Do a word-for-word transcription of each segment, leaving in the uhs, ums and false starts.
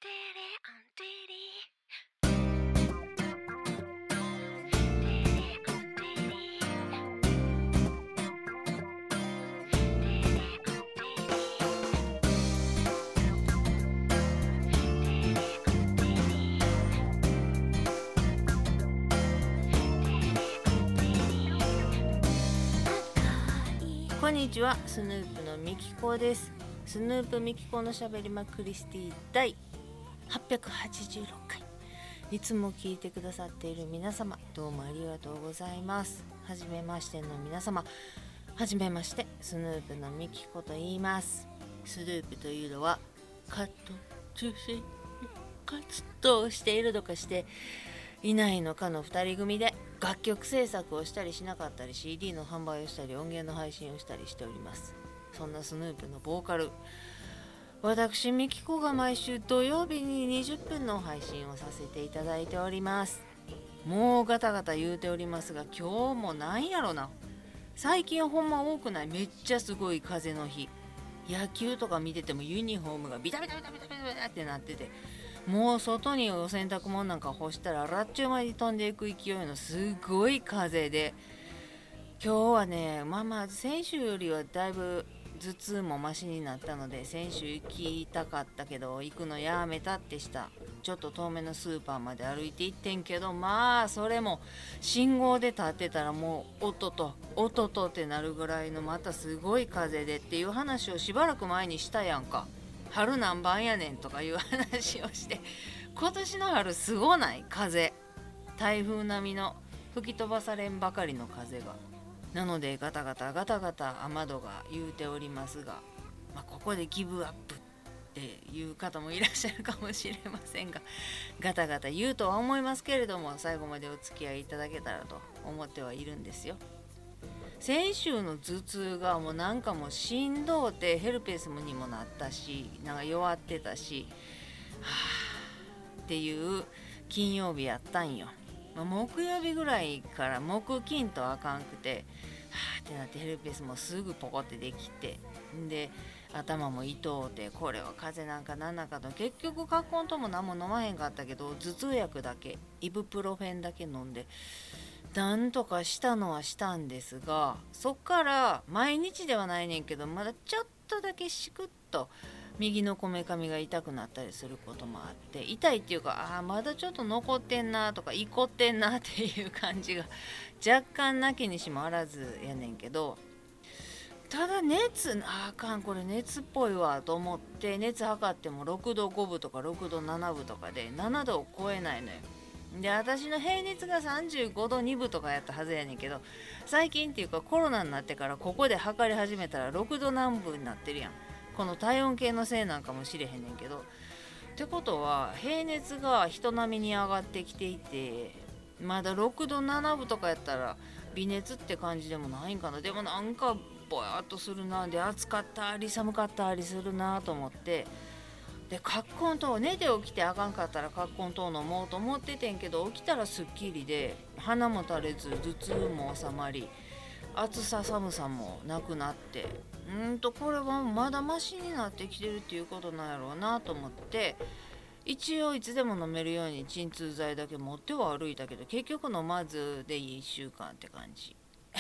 こんにちは、スヌープのみきこです。スヌープみきこのしゃべりまクリスティ第はっぴゃくはちじゅうろっかい、いつも聞いてくださっている皆様、どうもありがとうございます。はじめましての皆様、はじめまして、スヌープのみきこと言います。スヌープというのはカット中心活動をしているのかしていないのかのふたり組で楽曲制作をしたりしなかったり シーディー の販売をしたり音源の配信をしたりしております。そんなスヌープのボーカル、私みきこが毎週土曜日ににじゅっぷんの配信をさせていただいております。もうガタガタ言うておりますが、今日もなんやろな、最近ほんま多くない？めっちゃすごい風の日、野球とか見ててもユニフォームがビタビタビタビタビタビタってなってて、もう外にお洗濯物なんか干したらラッチュマに飛んでいく勢いのすごい風で、今日はね、まあまあ先週よりはだいぶ頭痛もマシになったので、先週行きたかったけど行くのやめたってした。ちょっと遠めのスーパーまで歩いて行ってんけど、まあそれも信号で立ってたらもうおととおととってなるぐらいのまたすごい風でっていう話をしばらく前にしたやんか。春何番やねんとかいう話をして、今年の春すごない風、台風並みの吹き飛ばされんばかりの風が、なのでガタガタガタガタ雨戸が言うておりますが、まあ、ここでギブアップっていう方もいらっしゃるかもしれませんが、ガタガタ言うとは思いますけれども、最後までお付き合いいただけたらと思ってはいるんですよ。先週の頭痛がもうなんかもうしんどうてヘルペスにもなったし、なんか弱ってたし、はぁっていう金曜日やったんよ。まあ、木曜日ぐらいから木金とあかんくて、はぁってなってヘルペスもすぐポコってできて、で頭も痛うて、これは風邪なんかなんなんかと、結局カッコンとも何も飲まへんかったけど、頭痛薬だけイブプロフェンだけ飲んでなんとかしたのはしたんですが、そっから毎日ではないねんけど、まだちょっとだけシクッと右のこめかみが痛くなったりすることもあって、痛いっていうか、あーまだちょっと残ってんなとかいこってんなっていう感じが若干なきにしもあらずやねんけど、ただ熱、ああかん、これ熱っぽいわと思って熱測ってもろくどごぶとかろくどななぶとかでななどを超えないのよ。で、私の平熱がさんじゅうごどにぶとかやったはずやねんけど、最近っていうかコロナになってからここで測り始めたらろくどなんぶになってるやん。この体温計のせいなんかもしれへんねんけど、ってことは平熱が人並みに上がってきていて、まだろくどななぶとかやったら微熱って感じでもないんかな。でもなんかぼやっとするな、で暑かったり寒かったりするなと思って、でカッコン糖、寝て起きてあかんかったらカッコン糖飲もうと思っててんけど、起きたらすっきりで鼻も垂れず頭痛も収まり、暑さ寒さもなくなって、うんとこれはまだマシになってきてるっていうことなんやろうなと思って、一応いつでも飲めるように鎮痛剤だけ持っては歩いたけど、結局飲まずでいいいっしゅうかんって感じ。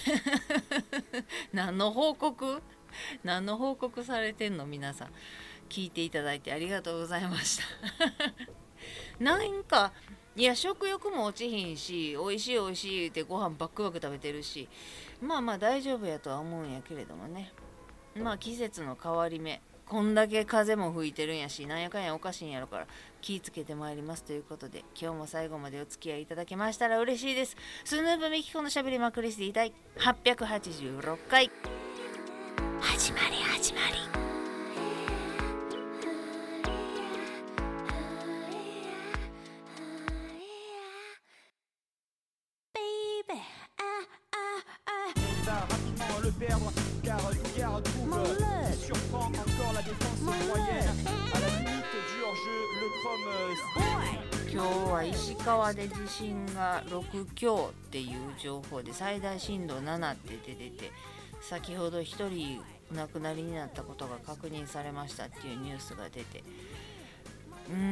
何の報告何の報告されてんの？皆さん聞いていただいてありがとうございました。なんかいや、食欲も落ちひんし、美味しい美味しいってご飯バックバック食べてるし、まあまあ大丈夫やとは思うんやけれどもね。まあ季節の変わり目、こんだけ風も吹いてるんやし、なんやかんやおかしいんやろから気ぃつけてまいりますということで、今日も最後までお付き合いいただけましたら嬉しいです。スヌープみきこのしゃべりまクリスティ第はっぴゃくはちじゅうろっかい、始まり始まり。 perdre car Dougar trouve surprend encore la défense moyenne à la limite du hors-jeu. Le Chrome 今日は石川で地震がろくきょうっていう情報で、最大震度ななって出てて、先ほどひとりお亡くなりになったことが確認されましたっていうニュースが出て、うーん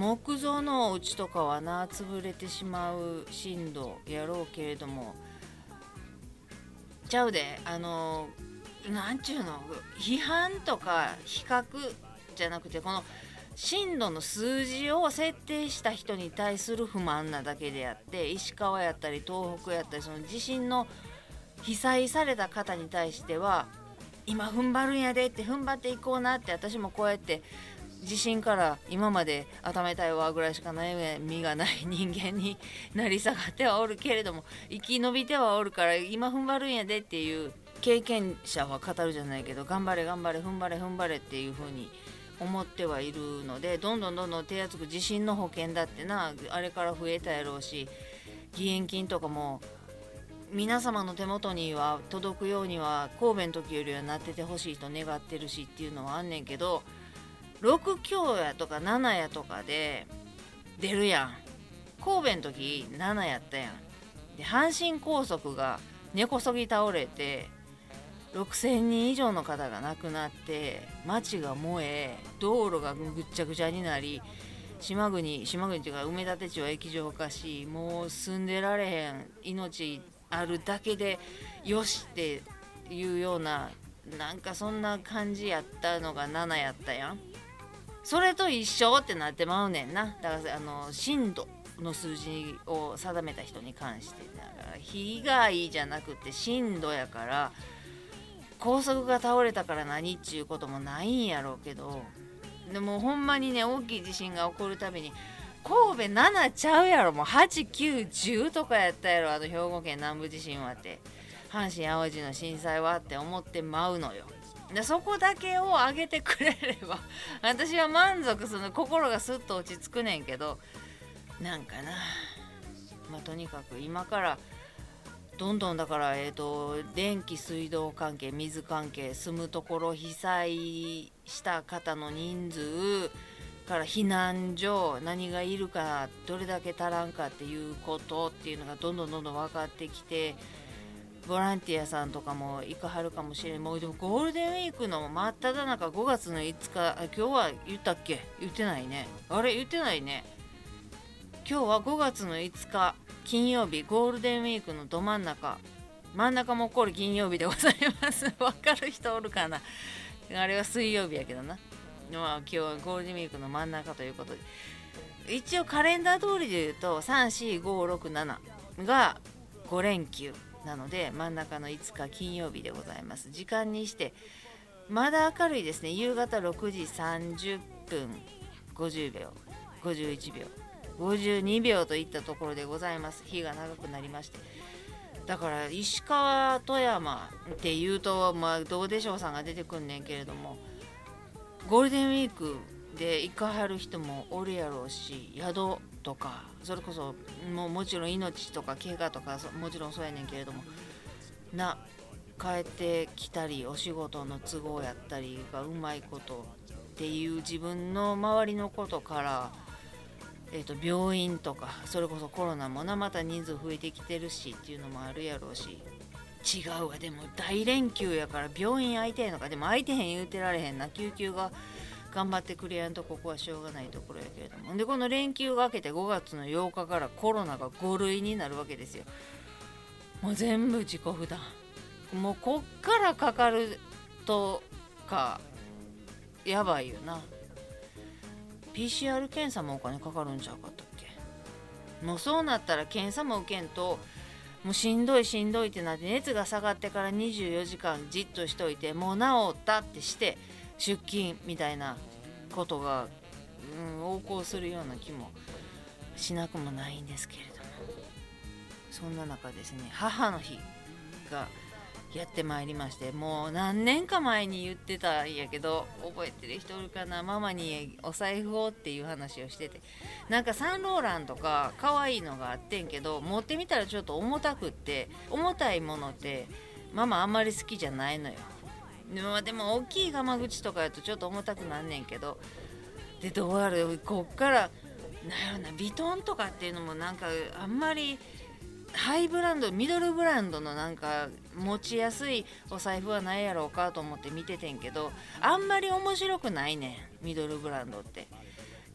木造のお家とかはな潰れてしまう震度やろうけれども、ちゃうで、あのなんちゅうの、批判とか比較じゃなくて、この震度の数字を設定した人に対する不満なだけであって、石川やったり東北やったり、その地震の被災された方に対しては今踏ん張るんやでって、踏ん張っていこうなって、私もこうやって地震から今まで温めたいわぐらいしか悩みがない人間になり下がってはおるけれども、生き延びてはおるから今踏ん張るんやでっていう経験者は語るじゃないけど、頑張れ頑張れ踏ん張れ踏ん張れっていう風に思ってはいるので、どんどんどんどん手厚く地震の保険だってな、あれから増えたやろうし、義援金とかも皆様の手元には届くようには神戸の時よりはなっててほしいと願ってるしっていうのはあんねんけど、ろく強やとかななやとかで出るやん。神戸の時ななやったやん。で阪神高速が根こそぎ倒れてろくせんにん以上の方が亡くなって、街が燃え、道路がぐっちゃぐちゃになり、島国島国っていうか埋め立て地は液状化し、もう住んでられへん、命あるだけでよしっていうような、なんかそんな感じやったのがななやったやん。それと一緒ってなってまうねんな。だからあの震度の数字を定めた人に関して、だから被害じゃなくて震度やから、高速が倒れたから何っちゅうこともないんやろうけど、でもほんまにね、大きい地震が起こるたびに神戸ななちゃうやろ、もうはちきゅうじゅうとかやったやろ、あの兵庫県南部地震はって、阪神淡路の震災はって思ってまうのよ。でそこだけを上げてくれれば私は満足する、心がスッと落ち着くねんけど、なんかな、まあとにかく今からどんどんだから、えーと電気水道関係、水関係、住むところ、被災した方の人数から避難所、何がいるか、どれだけ足らんかっていうことっていうのがどんどんどんどん分かってきて、ボランティアさんとかも行かはるかもしれん。もうでもゴールデンウィークの真っ只中、ごがつのいつか、あ、今日は言ったっけ？言ってないね。あれ言ってないね。今日はごがつのいつか金曜日、ゴールデンウィークのど真ん中、真ん中も起こる金曜日でございます。わかる人おるかな。あれは水曜日やけどな。まあ今日はゴールデンウィークの真ん中ということで、一応カレンダー通りで言うとさん、し、ご、ろく、なながご連休なので、真ん中のいつか金曜日でございます。時間にしてまだ明るいですね。夕方ろくじさんじゅっぷんごじゅうびょう、ごじゅういちびょう、ごじゅうにびょうといったところでございます。日が長くなりまして、だから石川富山っていうと、まあどうでしょうさんが出てくんねんけれども、ゴールデンウィークで行かはる人もおるやろうし、宿とか、それこそもうもちろん命とか怪我とかもちろんそうやねんけれどもな、帰ってきたりお仕事の都合やったりがうまいことっていう自分の周りのことから、えーと病院とか、それこそコロナもな、また人数増えてきてるしっていうのもあるやろうし、違うわ、でも大連休やから病院空いてへんのか。でも空いてへん言うてられへんな。救急が頑張ってくれやんと、ここはしょうがないところやけれども、でこの連休が明けてごがつのようかからコロナがご類になるわけですよ。もう全部自己負担。もうこっからかかるとかやばいよな。 ピーシーアール 検査もお金かかるんちゃうかったっけ。もうそうなったら検査も受けんと、もうしんどいしんどいってなって、熱が下がってからにじゅうよじかんじっとしといて、もう治ったってして出勤みたいなことが、うん、横行するような気もしなくもないんですけれども、そんな中ですね、母の日がやってまいりまして、もう何年か前に言ってたんやけど、覚えてる人おるかな。ママにお財布をっていう話をしてて、なんかサンローランとか可愛いのがあってんけど、持ってみたらちょっと重たくって、重たいものってママあんまり好きじゃないのよ。でも、でも大きいガマ口とかやとちょっと重たくなんねんけど、でどうやらこっからなんやろな、ビトンとかっていうのもなんかあんまりハイブランド、ミドルブランドのなんか持ちやすいお財布はないやろうかと思って見ててんけど、あんまり面白くないねん、ミドルブランドって。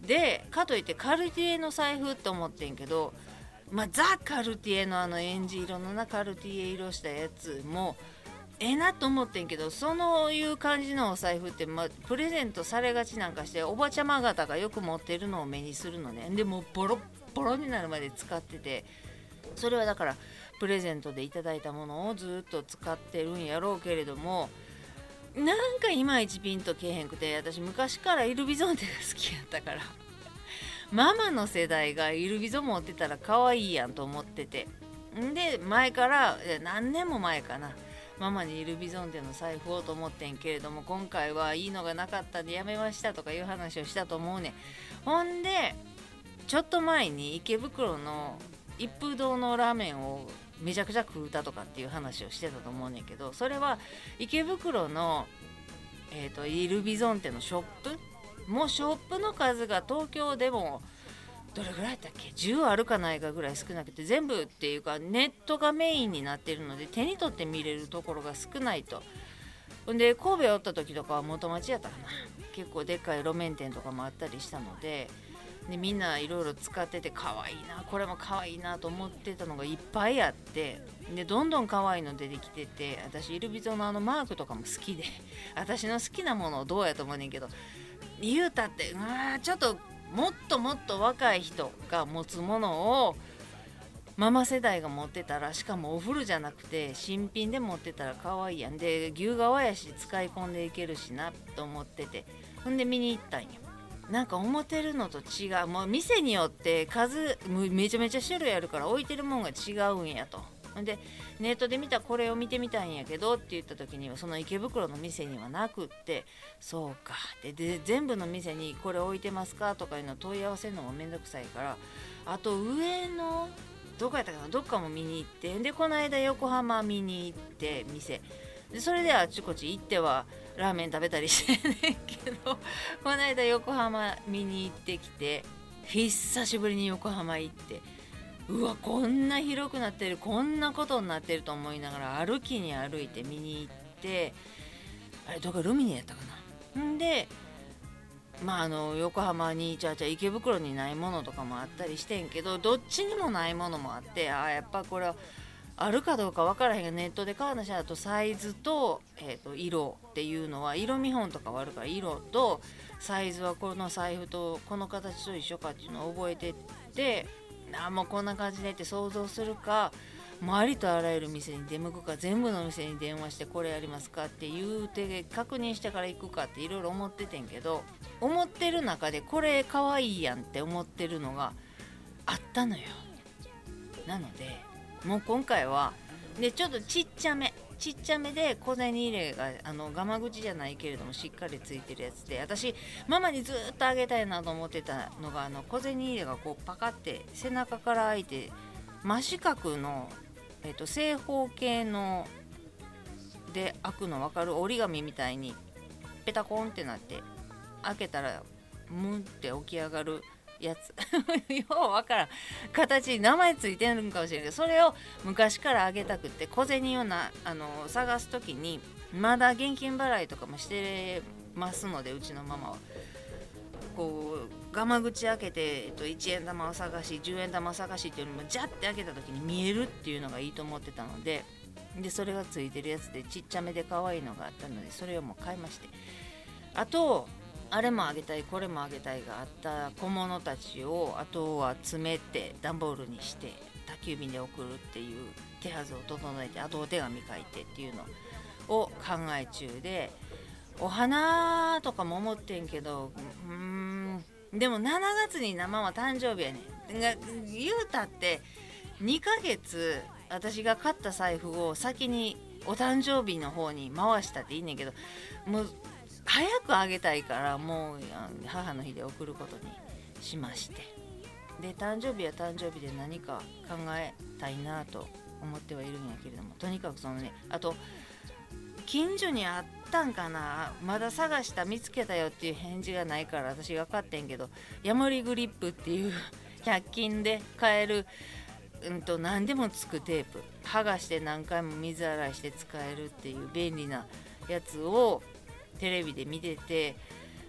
でかといってカルティエの財布って思ってんけど、まあ、ザ・カルティエのあのエンジ色のなカルティエ色したやつもええなと思ってんけど、そういう感じのお財布って、まあ、プレゼントされがちなんかしておばちゃま方がよく持ってるのを目にするのね。でもうボロッボロになるまで使ってて、それはだからプレゼントでいただいたものをずっと使ってるんやろうけれども、なんかいまいちピンとけえへんくて、私昔からイルビゾンテが好きやったからママの世代がイルビゾ持ってたら可愛いやんと思ってて、んで前から何年も前かな、ママにイルビゾンテの財布をと思ってんけれども、今回はいいのがなかったんでやめましたとかいう話をしたと思うねん。ほんでちょっと前に池袋の一風堂のラーメンをめちゃくちゃ食うたとかっていう話をしてたと思うねんけど、それは池袋の、えーと、イルビゾンテのショップ、もうショップの数が東京でもどれぐらいだっけ、じゅうあるかないかぐらい少なくて、全部っていうかネットがメインになってるので手に取って見れるところが少ないと。で神戸おった時とかは元町やったかな、結構でっかい路面店とかもあったりしたので、でみんないろいろ使ってて可愛いな、これも可愛いなと思ってたのがいっぱいあって、でどんどん可愛いの出てきてて、私イルビゾのあのマークとかも好きで私の好きなものをどうやと思うねんけど、言うたってうわちょっともっともっと若い人が持つものをママ世代が持ってたら、しかもお古じゃなくて新品で持ってたら可愛いやん、で牛革やし使い込んでいけるしなと思ってて、ほんで見に行ったんよ。なんか思ってるのと違う、もう店によって数めちゃめちゃ種類あるから置いてるもんが違うんやと。でネットで見たこれを見てみたいんやけどって言った時にはその池袋の店にはなくって、そうかでで全部の店にこれ置いてますかとかいうの問い合わせるのもめんどくさいから、あと上のどこやったかな、どっかも見に行って、でこの間横浜見に行って店で、それであちこち行ってはラーメン食べたりしてんねんけど、この間横浜見に行ってきて、久しぶりに横浜行って、うわこんな広くなってる、こんなことになってると思いながら歩きに歩いて見に行って、あれどこルミネやったかな。んでまああの横浜にじゃあじゃあ池袋にないものとかもあったりしてんけど、どっちにもないものもあって、あやっぱこれはあるかどうか分からへんが、ネットで買う話だとサイズと、えーと色っていうのは色見本とかはあるから、色とサイズはこの財布とこの形と一緒かっていうのを覚えてって、あもうこんな感じでって想像するか、もうありとあらゆる店に出向くか、全部の店に電話してこれやりますかって言うて確認してから行くかっていろいろ思っててんけど、思ってる中でこれかわいいやんって思ってるのがあったのよ。なのでもう今回はでちょっとちっちゃめちっちゃめで小銭入れがあのガマ口じゃないけれどもしっかりついてるやつで、私ママにずっとあげたいなと思ってたのが、あの小銭入れがこうパカって背中から開いて真四角の、えーと、正方形ので開くの分かる、折り紙みたいにペタコンってなって開けたらムンって起き上がるやつようわからん形に名前ついてるんかもしれないけど、それを昔からあげたくって、小銭をなあの探すときにまだ現金払いとかもしてますので、うちのママはこうガマ口開けて、えっと、いちえん玉を探しじゅうえん玉を探しっていうのもジャッて開けたときに見えるっていうのがいいと思ってたので、でそれがついてるやつでちっちゃめで可愛いのがあったので、それをもう買いまして、あとあれもあげたいこれもあげたいがあった小物たちをあとは詰めて段ボールにして宅急便で送るっていう手はずを整えて、あとお手紙書いてっていうのを考え中で、お花とかも思ってんけど、うーんでもしちがつにママは誕生日やねんが、言うたってにかげつ私が買った財布を先にお誕生日の方に回したっていいねんけど、もう早くあげたいからもう母の日で送ることにしまして、で誕生日は誕生日で何か考えたいなと思ってはいるんやけれども、とにかくそのね、あと近所にあったんかな、まだ探した見つけたよっていう返事がないから私が買ってんけど、ヤモリグリップっていうひゃく均で買える、うんと何でもつくテープ、剥がして何回も水洗いして使えるっていう便利なやつをテレビで見てて、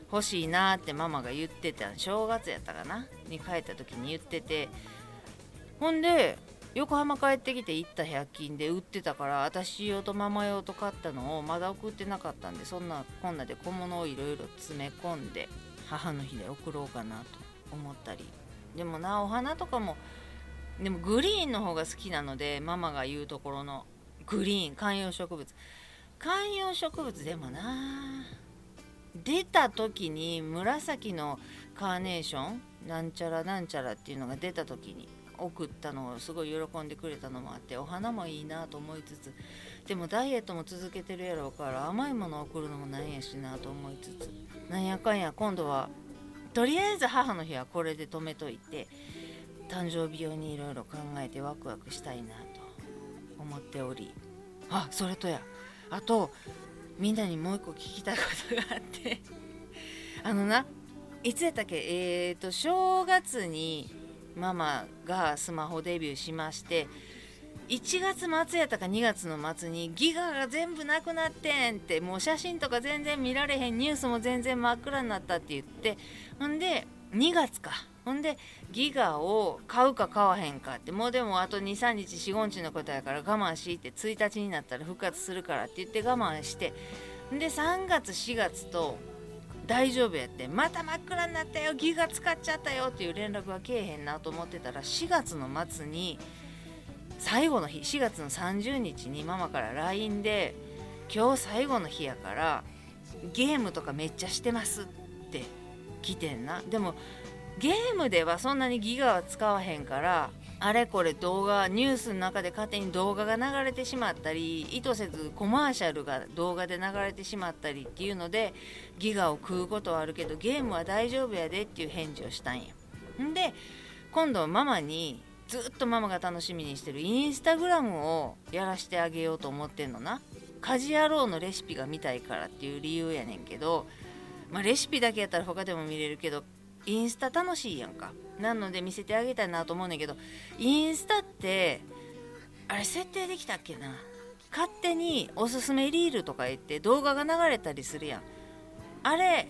欲しいなってママが言ってた。正月やったかなに帰った時に言ってて、ほんで横浜帰ってきて行ったひゃく均で売ってたから、私用とママ用と買ったのをまだ送ってなかったんで、そんなこんなで小物をいろいろ詰め込んで母の日で送ろうかなと思ったり。でもな、お花とかもでもグリーンの方が好きなので、ママが言うところのグリーン、観葉植物観葉植物でもな、出た時に紫のカーネーションなんちゃらなんちゃらっていうのが出た時に送ったのをすごい喜んでくれたのもあって、お花もいいなと思いつつ、でもダイエットも続けてるやろうから甘いものを送るのもなんやしなと思いつつ、なんやかんや今度はとりあえず母の日はこれで止めといて、誕生日用にいろいろ考えてワクワクしたいなと思っており、あ、それとや、あとみんなにもう一個聞きたいことがあってあのないつやったっけ、えーと正月にママがスマホデビューしまして、いちがつ末やったかにがつの末にギガが全部なくなってんって、もう写真とか全然見られへん、ニュースも全然真っ暗になったって言って、ほんでにがつか、ほんでギガを買うか買わへんかって、もうでもあとにさんにちよん、ごにちのことやから我慢しって、ついたちになったら復活するからって言って我慢して、でさんがつしがつと大丈夫やって、また真っ暗になったよ、ギガ使っちゃったよっていう連絡がけえへんなと思ってたら、しがつの末に最後の日、しがつのさんじゅうにちにママから ライン で、今日最後の日やからゲームとかめっちゃしてますって来てんな。でもゲームではそんなにギガは使わへんから、あれこれ動画、ニュースの中で勝手に動画が流れてしまったり、意図せずコマーシャルが動画で流れてしまったりっていうのでギガを食うことはあるけど、ゲームは大丈夫やでっていう返事をしたんや。んで今度ママに、ずっとママが楽しみにしてるインスタグラムをやらしてあげようと思ってんのな。家事野郎のレシピが見たいからっていう理由やねんけど、まあレシピだけやったら他でも見れるけど、インスタ楽しいやんか。なので見せてあげたいなと思うねんけど、インスタってあれ設定できたっけな、勝手におすすめリールとか言って動画が流れたりするやん。あれ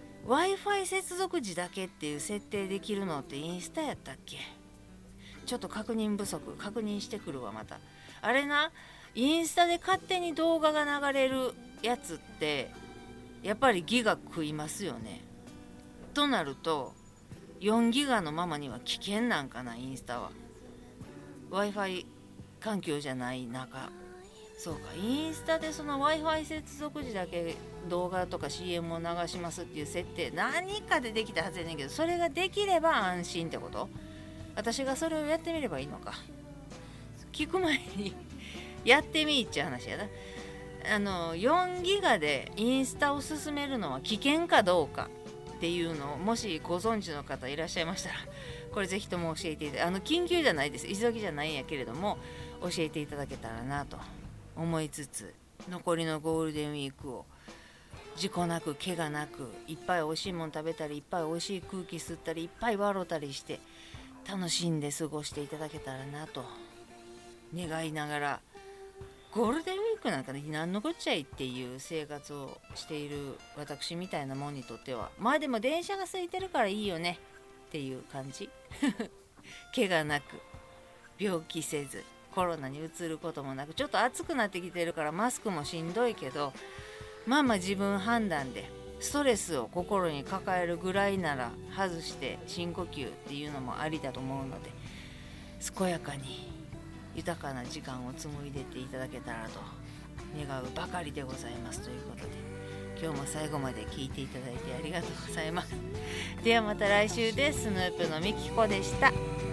Wi-Fi 接続時だけっていう設定できるのってインスタやったっけ。ちょっと確認不足、確認してくるわまた。あれな、インスタで勝手に動画が流れるやつってやっぱりギガ食いますよね。となるとよんギガのママには危険なんかな、インスタは Wi-Fi 環境じゃない中。そうか、インスタでその Wi-Fi 接続時だけ動画とか シーエム を流しますっていう設定何かでできたはずやねんけど、それができれば安心ってこと。私がそれをやってみればいいのか。聞く前にやってみーっちゅう話やな。あのよんギガでインスタを進めるのは危険かどうかっていうのを、もしご存知の方いらっしゃいましたら、これぜひとも教えていただいて、あの緊急じゃないです、急ぎじゃないんやけれども教えていただけたらなと思いつつ、残りのゴールデンウィークを事故なく怪我なく、いっぱいおいしいもん食べたり、いっぱいおいしい空気吸ったり、いっぱい笑ったりして楽しんで過ごしていただけたらなと願いながら、ゴールデンウィークなんかね、何のこっちゃいっていう生活をしている私みたいなもんにとっては、まあでも電車が空いてるからいいよねっていう感じ怪我なく、病気せず、コロナにうつることもなく、ちょっと暑くなってきてるからマスクもしんどいけど、まあまあ自分判断でストレスを心に抱えるぐらいなら外して深呼吸っていうのもありだと思うので、健やかに豊かな時間を紡いでっていただけたらと願うばかりでございます。ということで今日も最後まで聞いていただいてありがとうございます。ではまた来週です。スヌープのみきこでした。